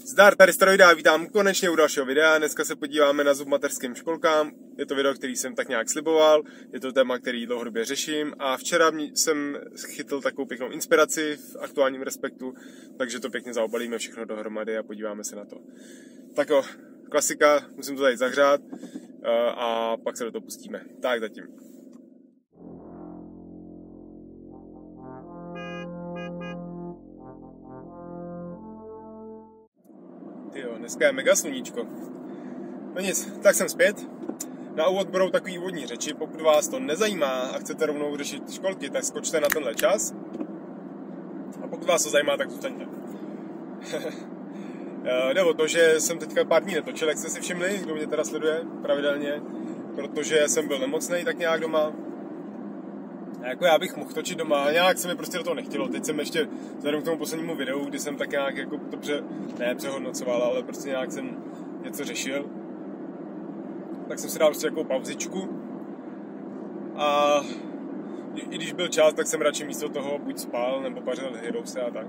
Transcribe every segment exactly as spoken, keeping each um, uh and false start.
Zdar, tady Steroida, vítám konečně u dalšího videa. Dneska se podíváme na zub mateřským školkám. Je to video, který jsem tak nějak sliboval, je to téma, který dlouhodobě řeším a včera jsem chytl takovou pěknou inspiraci v aktuálním Respektu, takže to pěkně zaobalíme všechno dohromady a podíváme se na to. Tak jo, klasika, musím to tady zahřát a pak se do toho pustíme. Tak zatím. Tyjo, dneska je mega sluníčko. No nic, tak jsem zpět. Na úvod budou takový úvodní řeči, pokud vás to nezajímá a chcete rovnou řešit školky, tak skočte na tenhle čas. A pokud vás to zajímá, tak zůstaňte. Jde o to, že jsem teďka pár dní netočil, jak jste si všimli, kdo mě teda sleduje pravidelně, protože jsem byl nemocnej tak nějak doma. A jako já bych mohl točit doma, a nějak se mi prostě do toho nechtělo. Teď jsem ještě, vzhledem k tomu poslednímu videu, kdy jsem tak nějak jako dobře, ne přehodnocoval, ale prostě nějak jsem něco řešil. Tak jsem si dal prostě takovou pauzičku. A i když byl čas, tak jsem radši místo toho buď spal, nebo pařil hydrouse a tak.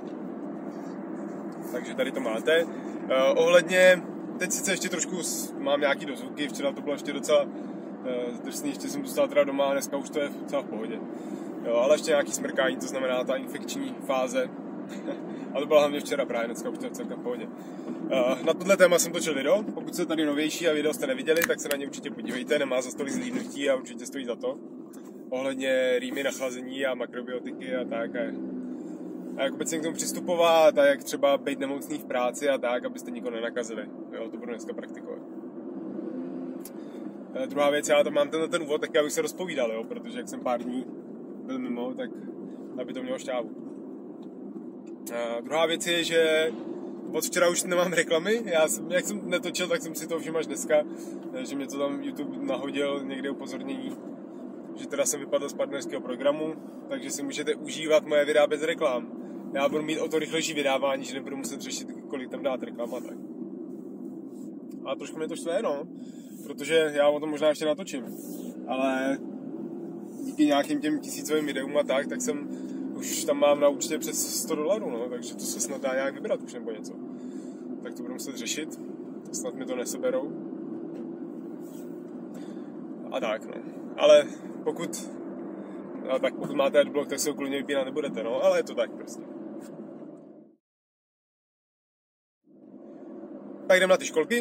Takže tady to máte. Uh, ohledně, teď sice ještě trošku mám nějaký dozvuky, včera to bylo ještě docela drsný, ještě jsem dostal teda doma, dneska už to je docela v pohodě. Jo, ale ještě nějaký smrkání, to znamená ta infekční fáze. A to bylo hlavně včera právě, dneska už to je celkem v pohodě. Na tohle téma jsem točil video, pokud jste tady novější a video jste neviděli, tak se na ně určitě podívejte, nemá za stolik zhlídnutí a určitě stojí za to. Ohledně rýmy na chlazení a makrobiotiky a tak. A, a jak obecně k tomu přistupovat a jak třeba být nemocný v práci a tak, abyste nikoho nenakazili. Jo, to budu dneska praktikovat. Druhá věc, já tam mám tenhle ten úvod, tak já bych se rozpovídal, jo, protože jak jsem pár dní byl mimo, tak aby to mělo šťávu. A druhá věc je, že od včera už nemám reklamy, já jsem, jak jsem netočil, tak jsem si to všiml až dneska, že mě to tam YouTube nahodil někde upozornění, že teda jsem vypadl z partnerského programu, takže si můžete užívat moje videa bez reklam. Já budu mít o to rychlejší vydávání, že nebudu muset řešit, kolik tam dát reklam a tak. A trošku mě to štve, no. Protože já o tom možná ještě natočím, ale díky nějakým těm tisícovým videům a tak, tak jsem už tam mám na účtě přes sto dolarů, no, takže to se snad dá nějak vybrat už nebo něco. Tak to budu muset řešit, snad mi to neseberou. A tak, no. Ale pokud, a tak pokud máte adblock, tak se ho klidně vypínat nebudete, no, ale je to tak prostě. Tak jdem na ty školky.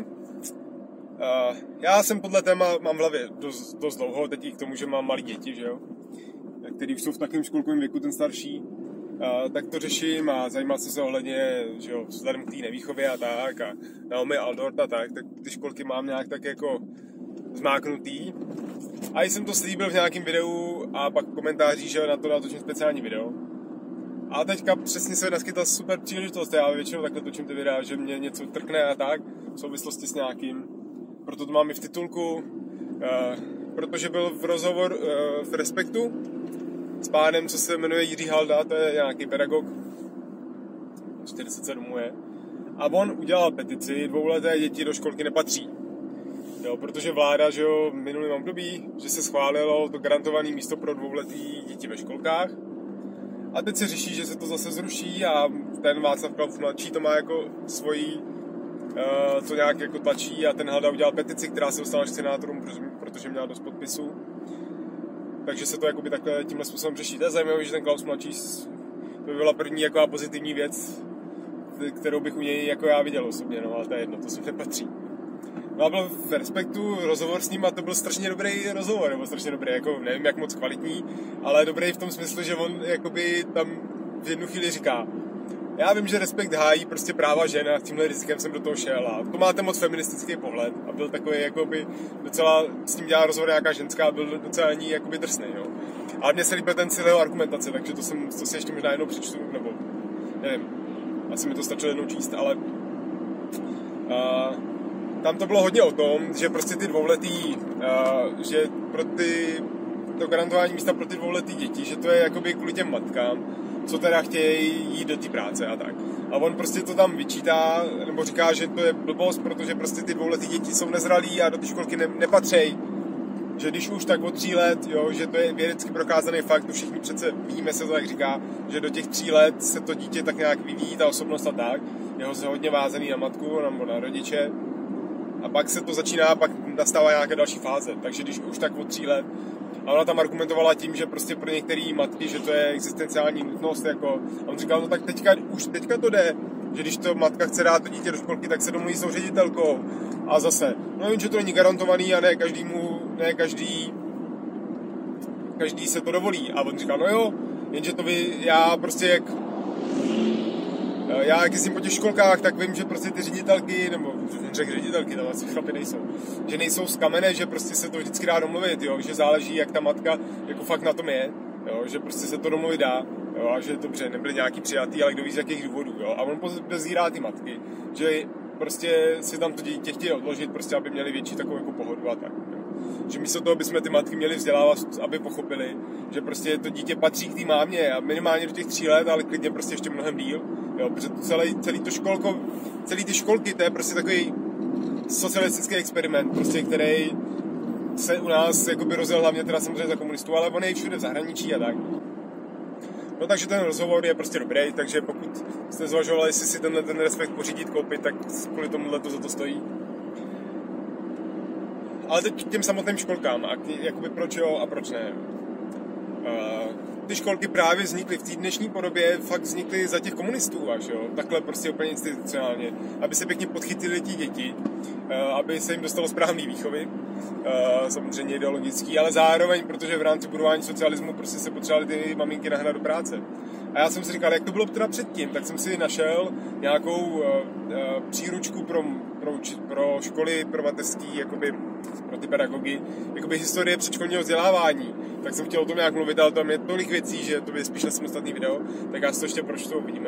Uh, já jsem podle téma, mám v hlavě dost, dost dlouho, teď i k tomu, že mám malý děti, že jo, který už jsou v takovém školkovém věku, ten starší, uh, tak to řeším a zajímal jsem se ohledně, že jo, vzhledem k té nevýchově a tak a Naomi Aldort a tak, tak ty školky mám nějak tak jako zmáknutý. A jsem to slíbil v nějakém videu a pak v komentářích, že na to natočím speciální video. A teďka přesně se naskytla super příležitost, já většinou takhle točím ty videa, že mě něco trkne a tak, v souvislosti s nějakým. Proto to mám i v titulku, uh, protože byl v rozhovor uh, v Respektu s pánem, co se jmenuje Jiří Halda, to je nějaký pedagog, čtyřicet sedm je, a on udělal petici, dvouleté děti do školky nepatří. Jo, protože vláda, že jo, v minulém období, že se schválilo to garantované místo pro dvouletý děti ve školkách. A teď se řeší, že se to zase zruší a ten Václav Klaus mladší to má jako svojí, uh, to nějak jako tlačí a ten Halda udělal petici, která se dostala k senátorům, protože měla dost podpisů. Takže se to jakoby takhle tímhle způsobem řeší. To je zajímavé, že ten Klaus mladší, to by byla první jako pozitivní věc, kterou bych u něj jako já viděl osobně, no ale to je jedno, to sem nepatří. No a byl v Respektu rozhovor s ním a to byl strašně dobrý rozhovor, nebo strašně dobrý, jako nevím jak moc kvalitní, ale dobrý v tom smyslu, že on jakoby tam v jednu chvíli říká, já vím, že Respekt hájí prostě práva žen a tímhle rizikem jsem do toho šel a to máte moc feministický pohled a byl takový jakoby docela, s tím dělala rozhovor nějaká ženská a byl docela ní jakoby drsnej, jo. Ale mně se líbil ten celého argumentace, takže to, jsem, to si ještě možná jednou přečtu, nebo nevím, asi mi to stačilo jednou číst, ale uh, tam to bylo hodně o tom, že prostě ty dvouletý, uh, že pro ty, to garantování místa pro ty dvouletý děti, že to je jakoby kvůli těm matkám, co teda chtějí jít do té práce a tak. A on prostě to tam vyčítá, nebo říká, že to je blbost, protože prostě ty dvouletý děti jsou nezralí a do té školky ne, nepatří. že když už tak od tří let, jo, že to je vědecky prokázaný fakt, to všichni přece víme, se to tak říká, že do těch tří let se to dítě tak nějak vyvíjí, ta osobnost a tak, jeho se hodně vázaný na matku nebo na rodiče a pak se to začíná, pak nastává nějaká další fáze, takže když už tak od tří let. A ona tam argumentovala tím, že prostě pro některé matky, že to je existenciální nutnost, jako, a on říkal, no tak teďka, už teďka to jde, že když to matka chce dát to dítě do školky, tak se domluví s tou ředitelkou. A zase, no jenže to není garantovaný a ne každému, ne každý, každý se to dovolí. A on říkal, no jo, jenže to vy, já prostě jak, já jak jezdím po těch školkách, tak vím, že prostě ty ředitelky, nebo řekl ředitelky, tam asi chlapy nejsou, že nejsou z kamene, že prostě se to vždycky dá domluvit, jo, že záleží, jak ta matka jako fakt na tom je, jo, že prostě se to domluvit dá, jo, a že dobře, nebyly nějaký přijatý, ale kdo ví z jakých důvodů, jo, a on bezírá ty matky, že prostě si tam to dítě chtějí odložit, prostě aby měli větší takovou jako pohodu a tak, jo. Že místo toho bychom ty matky měli vzdělávat, aby pochopili, že prostě to dítě patří k té mámě a minimálně do těch tří let, ale klidně prostě ještě mnohem díl, jo, protože celý, celý to školko, celý ty školky, to je prostě takový socialistický experiment, prostě, který se u nás jakoby rozjel hlavně teda samozřejmě za komunistů, ale on je všude v zahraničí a tak. No takže ten rozhovor je prostě dobrý, takže pokud jste zvažovali, jestli si tenhle ten respekt pořídit, koupit, tak kvůli tomuhle to za to stojí. Ale teď k těm samotným školkám a jakoby proč jo a proč ne. Uh, ty školky právě vznikly v té dnešní podobě, fakt vznikly za těch komunistů až, jo, takhle prostě úplně institucionálně, aby se pěkně podchytili ti děti, uh, aby se jim dostalo správný výchovy, uh, samozřejmě ideologický, ale zároveň, protože v rámci budování socialismu prostě se potřebovaly ty maminky nahnat do práce. A já jsem si říkal, jak to bylo teda předtím, tak jsem si našel nějakou uh, uh, příručku pro, pro, pro školy, pro mateřský, jakoby, pro ty pedagogy, jakoby historie předškolního vzdělávání. Tak jsem chtěl o tom nějak mluvit, ale tam je tolik věcí, že to je spíš na samostatný video, tak já si to ještě pročtu, uvidíme.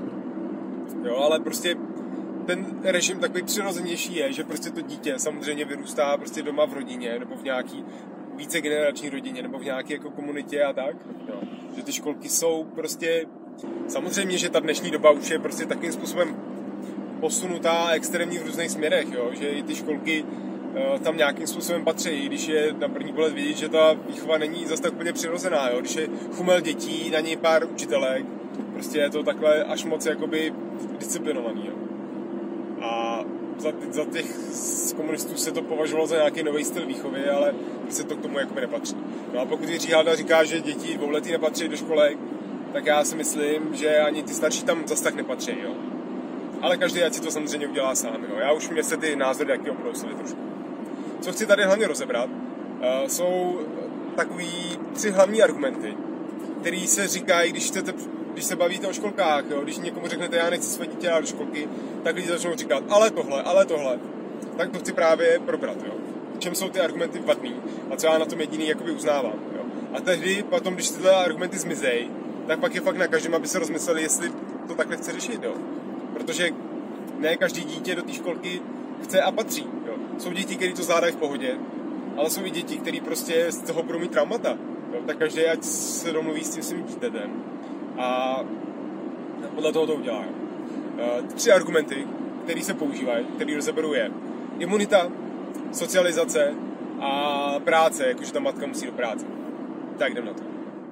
Jo, ale prostě ten režim takový přirozenější je, že prostě to dítě samozřejmě vyrůstá prostě doma v rodině, nebo v nějaký vícegenerační rodině, nebo v nějaké jako komunitě a tak. Jo. Že ty školky jsou prostě, samozřejmě, že ta dnešní doba už je prostě takým způsobem posunutá extrémní v různých směrech, jo. Že i ty školky uh, tam nějakým způsobem patří, i když je na první pohled vidět, že ta výchova není zase tak úplně přirozená, jo. Když je chumel dětí, na něj pár učitelek, prostě je to takhle až moc jakoby disciplinovaný, jo. A za, za těch z komunistů se to považovalo za nějaký nový styl výchovy, ale se to k tomu jakoby nepatří. No a pokud Jiří Halda říká, že děti dvouletý nepatří do školek, tak já si myslím, že ani ty starší tam zas tak nepatří, jo. Ale každý ať si to samozřejmě udělá sám, jo. Já už mě se ty názory jaký obrousily trošku. Co chci tady hlavně rozebrat, uh, jsou takový tři hlavní argumenty, který se říkají, když chcete když se bavíte o školkách, jo, když někomu řeknete, já nechci své dítě do školky, tak lidi začnou říkat, ale tohle, ale tohle. Tak to chci právě probrat, jo. V čem jsou ty argumenty vadný a co já na tom jediný jakoby uznávám, jo. A tehdy potom, když tyhle argumenty zmizej, tak pak je fakt na každém, aby se rozmysleli, jestli to takhle chce řešit, jo. Protože ne každý dítě do té školky chce a patří, jo. Jsou děti, které to zvládají v pohodě, ale jsou i děti, které prostě z toho budou mít traumata, jo. Tak každý ať se domluví s tím svým dítětem. A podle toho to udělá. Tři argumenty, které se používají, které rozeberu je imunita, socializace a práce, jakože ta matka musí do práce. Tak jdem na to.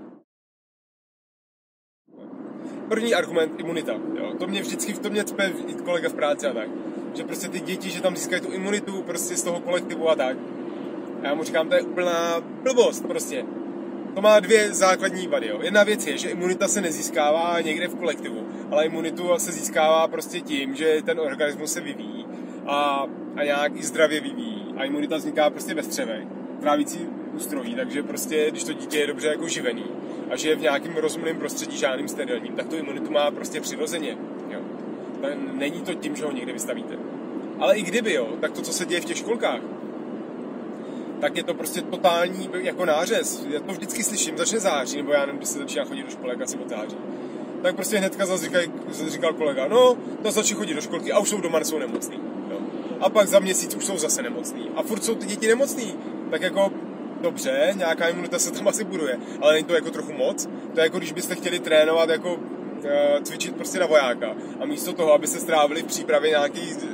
První argument, imunita. Jo. To mě vždycky, to mě cpe kolega v práci a tak. Že prostě ty děti, že tam získají tu imunitu prostě z toho kolektivu a tak. A já mu říkám, to je úplná blbost prostě. To má dvě základní vady, jo. Jedna věc je, že imunita se nezískává někde v kolektivu, ale imunitu se získává prostě tím, že ten organismus se vyvíjí a, a nějak i zdravě vyvíjí. A imunita vzniká prostě ve střevech, trávící ústrojí, takže prostě, když to dítě je dobře jako živený a že je v nějakém rozumném prostředí, žádným sterilním, tak tu imunitu má prostě přirozeně, jo. Není to tím, že ho někde vystavíte. Ale i kdyby, jo, tak to, co se děje v těch školkách, tak je to prostě totální jako nářez. Já to vždycky slyším, začne září, nebo já nevím, když se začíná chodit do školek, asi od září. Tak prostě hnedka zase říkal, říkal kolega, no, to začne chodit do školky a už jsou doma, jsou nemocný. Jo. A pak za měsíc už jsou zase nemocný. A furt jsou ty děti nemocný. Tak jako, dobře, nějaká imunita se tam asi buduje, ale není to jako trochu moc. To je jako, když byste chtěli trénovat, jako cvičit prostě na vojáka. A místo toho, abyste strávili v přípravě nějaký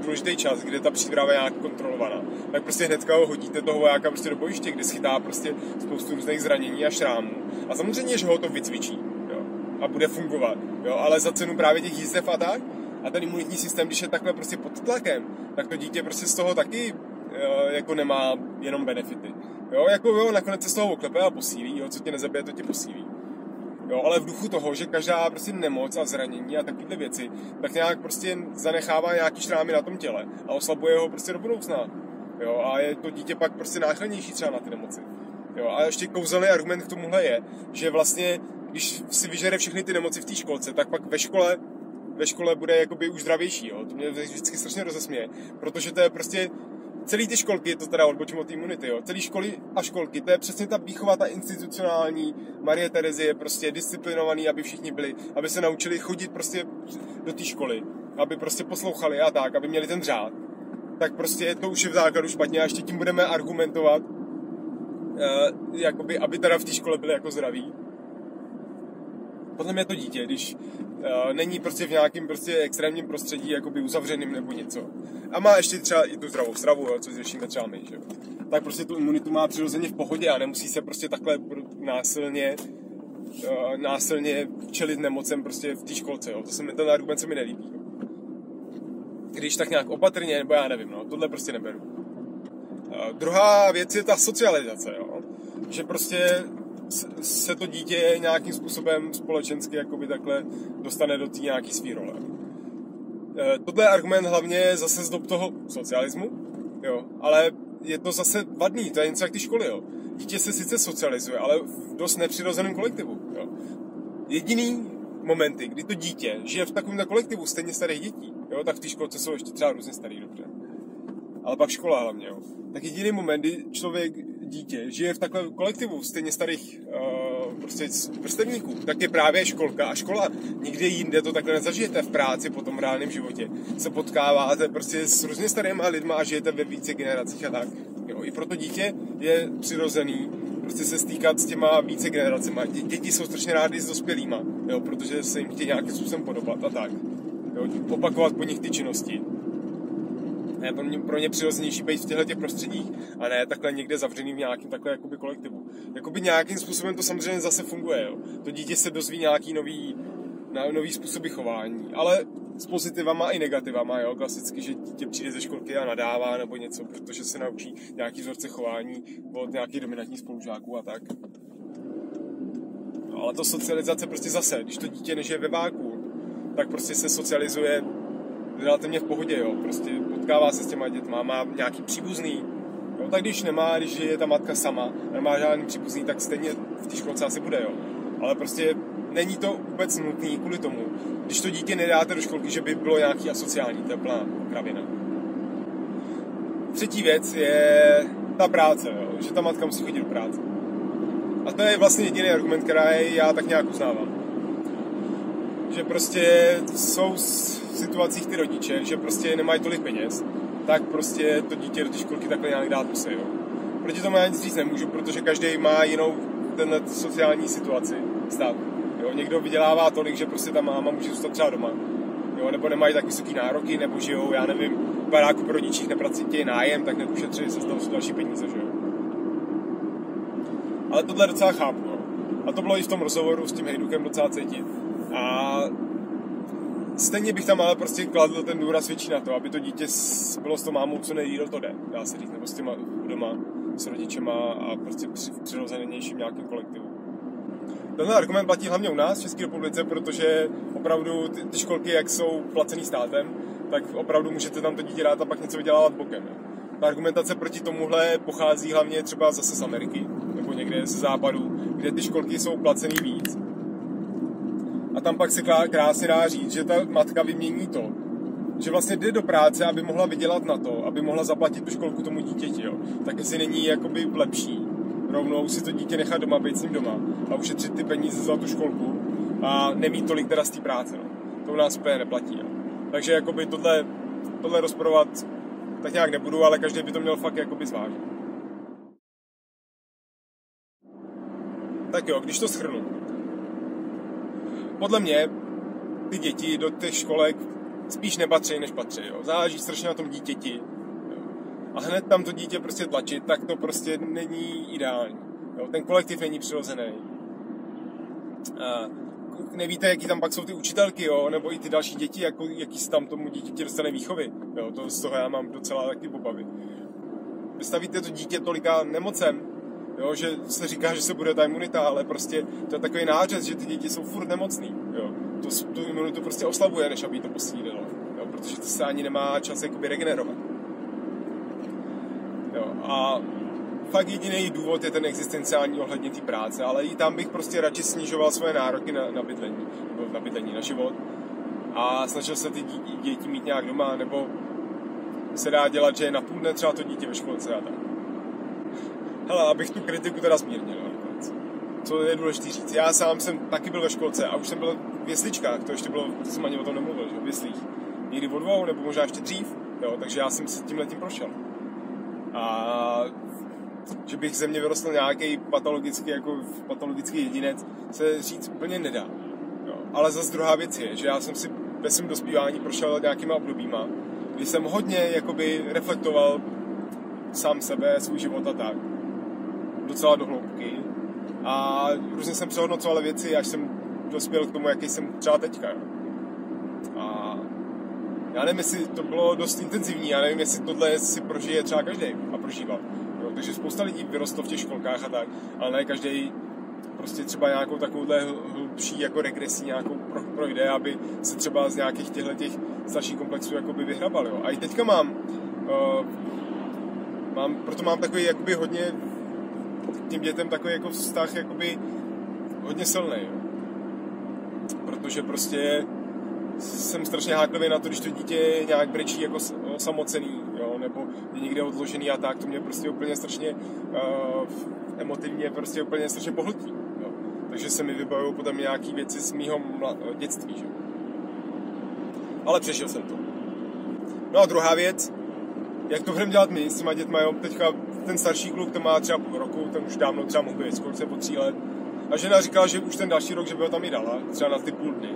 důležitý čas, kde ta příprava je nějak kontrolovaná, tak prostě hnedka ho hodíte toho vojáka prostě do bojiště, kde schytá prostě spoustu různých zranění a šrámů. A samozřejmě, že ho to vycvičí, jo, a bude fungovat, jo, ale za cenu právě těch jízdev a tak. A ten imunitní systém, když je takhle prostě pod tlakem, tak to dítě prostě z toho taky e, jako nemá jenom benefity. Jo, jako jo, nakonec se z toho oklepe a posílí, jo, co tě nezabije, to tě posílí. Jo, ale v duchu toho, že každá prostě nemoc a zranění a takovéhle věci, tak nějak prostě zanechává nějaký šrámy na tom těle a oslabuje ho prostě do budoucna. Jo, a je to dítě pak prostě náchylnější třeba na ty nemoci. Jo, a ještě kouzelný argument k tomuhle je, že vlastně, když si vyžere všechny ty nemoci v té školce, tak pak ve škole ve škole bude jakoby už zdravější, jo. To mě vždycky strašně rozesměje, protože to je prostě celý ty školky, to teda odbočím od imunity, jo. Celý školy a školky, to je přesně ta výchova, ta institucionální, Marie Terezie, prostě disciplinovaný, aby všichni byli, aby se naučili chodit prostě do té školy, aby prostě poslouchali a tak, aby měli ten řád. Tak prostě to už je v základu špatně a ještě tím budeme argumentovat, eh, jakoby, aby teda v té škole byli jako zdraví. Podle mě to dítě, když uh, není prostě v nějakém prostě extrémním prostředí, jakoby uzavřeným nebo něco. A má ještě třeba i tu zdravou stravu, jo, co řešíme třeba my, že jo. Tak prostě tu imunitu má přirozeně v pohodě a nemusí se prostě takhle násilně, uh, násilně čelit nemocem prostě v té školce, jo. To se mi, ten argument se mi nelíbí. Jo. Když tak nějak opatrně, nebo já nevím, no, tohle prostě neberu. Uh, druhá věc je ta socializace, jo. Že prostě se to dítě nějakým způsobem společensky jakoby takhle dostane do té nějaký svý role. E, tohle je argument hlavně zase z dob toho socialismu, jo, ale je to zase vadný, to je něco jak ty školy, jo. Dítě se sice socializuje, ale v dost nepřirozeném kolektivu, jo. Jediný momenty, kdy to dítě žije v takovém kolektivu stejně starých dětí, jo, tak v té školce jsou ještě třeba různě starý, dobře. Ale pak škola hlavně, jo. Tak jediný moment, kdy člověk, dítě, žije v takovém kolektivu stejně starých uh, prostě vrstevníků, tak je právě školka a škola. Nikde jinde to takhle nezažijete v práci, potom v reálném životě. Se potkáváte prostě s různě starýma lidma a žijete ve více generacích a tak. Jo, i proto dítě je přirozený prostě se stýkat s těma více generacema. Dě- děti jsou strašně rádi s dospělýma, jo, protože se jim chtějí nějakým způsobem podobat a tak. Jo, opakovat po nich ty činnosti. Je pro ně, pro ně přirozenější být v těchto těch prostředích a ne takhle někde zavřený v nějakém takhle jakoby kolektivu. Jakoby nějakým způsobem to samozřejmě zase funguje, jo. To dítě se dozví nějaký nový, nový způsoby chování, ale s pozitivama i negativama, jo. Klasicky, že dítě přijde ze školky a nadává nebo něco, protože se naučí nějaký vzorce chování od nějakých dominantních spolužáků a tak. No, ale to socializace prostě zase, když to dítě nežije ve váku, tak prostě se socializuje relativně v pohodě, jo, prostě potkává se s těma dětma, má nějaký příbuzný, jo, tak když nemá, když je ta matka sama, nemá žádný příbuzný, tak stejně v té školce asi bude, jo, ale prostě není to vůbec nutný kvůli tomu, když to dítě nedáte do školky, že by bylo nějaký asociální, to je plná kravina. Třetí věc je ta práce, jo, že ta matka musí chodit do práce. A to je vlastně jediný argument, který já tak nějak uznávám. Že prostě jsou v situacích ty rodiče, že prostě nemají tolik peněz, tak prostě to dítě do té školky takhle nějak dát musí, jo. Proti tomu já nic říct nemůžu, protože každý má jinou tenhle sociální situaci, stav. Jo, někdo vydělává tolik, že prostě ta máma může zůstat třeba doma, jo, nebo nemají tak vysoký nároky, nebo žijou, já nevím, v baráku pro rodičích nepracují nájem, tak neušetří se z toho další peníze, že jo. Ale tohle docela chápu, jo. A to bylo i v tom rozhovoru s tím Hejdukem docela cítit. A stejně bych tam ale prostě kladl ten důraz větší na to, aby to dítě bylo s tou mámou co nejdýl to jde, dá se říct, nebo s těma doma, s rodičema a prostě v přirozenějším nějakým kolektivu. Tenhle argument platí hlavně u nás v České republice, protože opravdu ty, ty školky, jak jsou placený státem, tak opravdu můžete tam to dítě dát a pak něco vydělávat bokem. Ne? Ta argumentace proti tomuhle pochází hlavně třeba zase z Ameriky, nebo někde ze západu, kde ty školky jsou placený víc. A tam pak se krásně dá říct, že ta matka vymění to, že vlastně jde do práce, aby mohla vydělat na to, aby mohla zaplatit tu školku tomu dítěti, jo. Tak jestli není jakoby lepší rovnou si to dítě nechat doma, být s ním doma a ušetřit ty peníze za tu školku a nemít tolik teda z té práce, no. To u nás úplně neplatí, jo. Takže jakoby tohle, tohle rozporovat tak nějak nebudu, ale každý by to měl fakt jakoby zvážit. Tak jo, když to shrnu. Podle mě ty děti do těch školek spíš nepatří, než patří, jo. Záleží strašně na tom dítěti, jo. A hned tam to dítě prostě tlačit, tak to prostě není ideální, jo. Ten kolektiv není přirozený. A nevíte, jaký tam pak jsou ty učitelky, jo, nebo i ty další děti, jako, jaký se tam tomu dítěti dostane výchovy, jo. To, z toho já mám docela taky obavy. Vystavíte to dítě tolika nemocem, jo, že se říká, že se bude ta imunita, ale prostě to je takový nářez, že ty děti jsou furt nemocný, jo. To, tu imunitu prostě oslabuje, než aby to posílilo, jo, protože to se ani nemá čas jakoby regenerovat. Jo, a fakt jediný důvod je ten existenciální ohledně té práce, ale i tam bych prostě radši snižoval svoje nároky na, na bydlení, nebo na bydlení, na život a snažil se ty dí, děti mít nějak doma, nebo se dá dělat, že je na půl dne třeba to dítě ve školce a tak. Hele, abych tu kritiku teda zmírnil. Co je důležité říct. Já sám jsem taky byl ve školce a už jsem byl v jesličkách, to ještě bylo, to jsem ani o tom nemluvil, že v jeslích. Někdy o dvou, nebo možná ještě dřív, jo, takže já jsem se tímhletím prošel. A že bych ze mě vyrostl nějaký patologický, jako patologický jedinec, se říct úplně nedá. Jo. Ale zase druhá věc je, že já jsem si ve svém dospívání prošel nějakýma obdobíma, kdy jsem hodně jakoby reflektoval sám sebe, svůj život a tak. Docela do hloubky. A různě jsem přehodnocoval věci, až jsem dospěl k tomu, jaký jsem třeba teďka. A já nevím, jestli to bylo dost intenzivní, já nevím, jestli tohle si prožije třeba každý a prožíval. Jo, takže spousta lidí vyrostlo v těch školkách a tak, ale ne každý prostě třeba nějakou takovouhle hlubší jako regresí nějakou projde, aby se třeba z nějakých těchto těch starších komplexů jakoby vyhrabal. Jo. A i teďka mám, uh, mám, proto mám takový jakoby hodně k těm dětem takový jako vztah jakoby hodně silný, jo. Protože prostě jsem strašně háklivý na to, když to dítě nějak brečí jako osamocený, jo, nebo je někde odložený a tak, to mě prostě úplně strašně uh, emotivně prostě úplně strašně pohltí, jo. Takže se mi vybavují potom nějaký věci z mýho mla- dětství, že? Ale přešel jsem to. No a druhá věc, jak to budeme dělat my s těma dětma, jo, teďka ten starší kluk, ten má třeba půl roku, ten už dávno třeba mohl být skolce po tří let. A žena říkala, že už ten další rok, že by ho tam i dala, třeba na ty půl dny.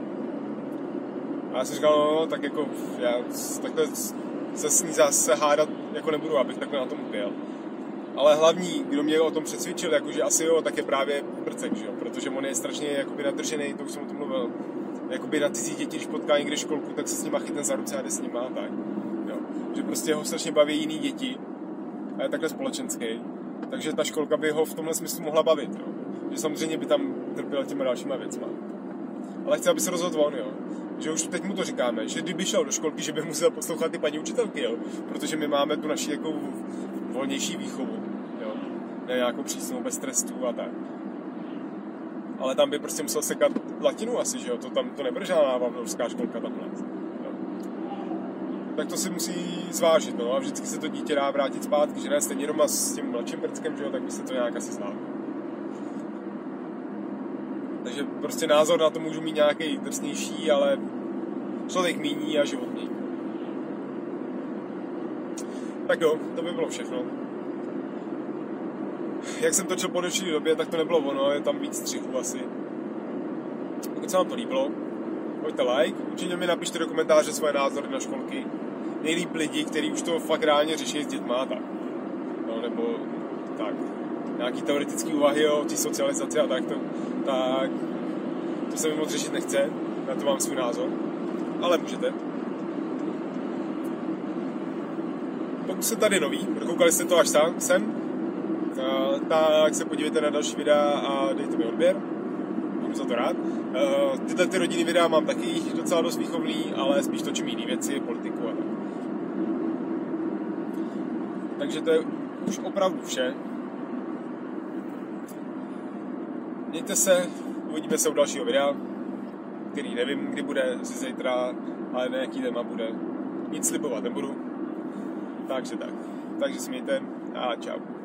A já jsem říkal, no, no tak jako, já takhle se s ní zase hádat jako nebudu, abych takhle na tom upěl. Ale hlavní, kdo mě o tom přesvědčil, jakože asi jo, tak je právě Brcek, že jo, protože on je strašně jakoby nadržený, to už jsem o tom mluvil, jakoby na cizí děti, když potká někde školku, tak se s nima chytne za ruce a jde s nima a tak. Jo. Že prostě ho strašně baví jiný děti a je takhle společenský, takže ta školka by ho v tomhle smyslu mohla bavit, jo. Že samozřejmě by tam trpěl těma dalšíma věcma. Ale chci, aby se rozhodl on, jo. Že už teď mu to říkáme, že kdyby šel do školky, že by musel poslouchat ty paní učitelky, jo. Protože my máme tu naši jako volnější výchovu, jo. Ne nějakou přísnou, bez trestů a tak. Ale tam by prostě musel sekat latinu asi, že jo. To tam to nebude žádná vavdorská školka tamhle. Jo. Tak to si musí zvážit, no. A vždycky se to dítě dá vrátit zpátky, že ne stejně doma s tím mladším Brckem, že jo, tak by se to nějak asi zdálo. Takže prostě názor na to můžu mít nějaký drsnější, ale člověk míní a život míní. Tak jo, to by bylo všechno. Jak jsem točil po delší době, tak to nebylo ono, je tam víc střihů asi. Pokud se vám to líbilo, hoďte like, určitě mi napište do komentáře svoje názory na školky. Nejlíp lidi, kteří už to fakt reálně řeší s dětma, tak. No, nebo tak. Nějaký teoretický úvahy o té socializaci a tak to, tak to se mi moc řešit nechce, na to mám svůj názor, ale můžete. Pokud jste tady noví, dokoukali jste to až sám, sem, tak se podívejte na další videa a dejte mi odběr, budu za to rád. Tyhle ty rodinný videa mám taky docela dost výchovný, ale spíš točím jiný věci, politiku a tak. Takže to je už opravdu vše. Mějte se, uvidíme se u dalšího videa, který nevím, kdy bude, ze zítra, ale na jaký téma bude. Nic slibovat nebudu. Takže tak. Takže se mějte a čau.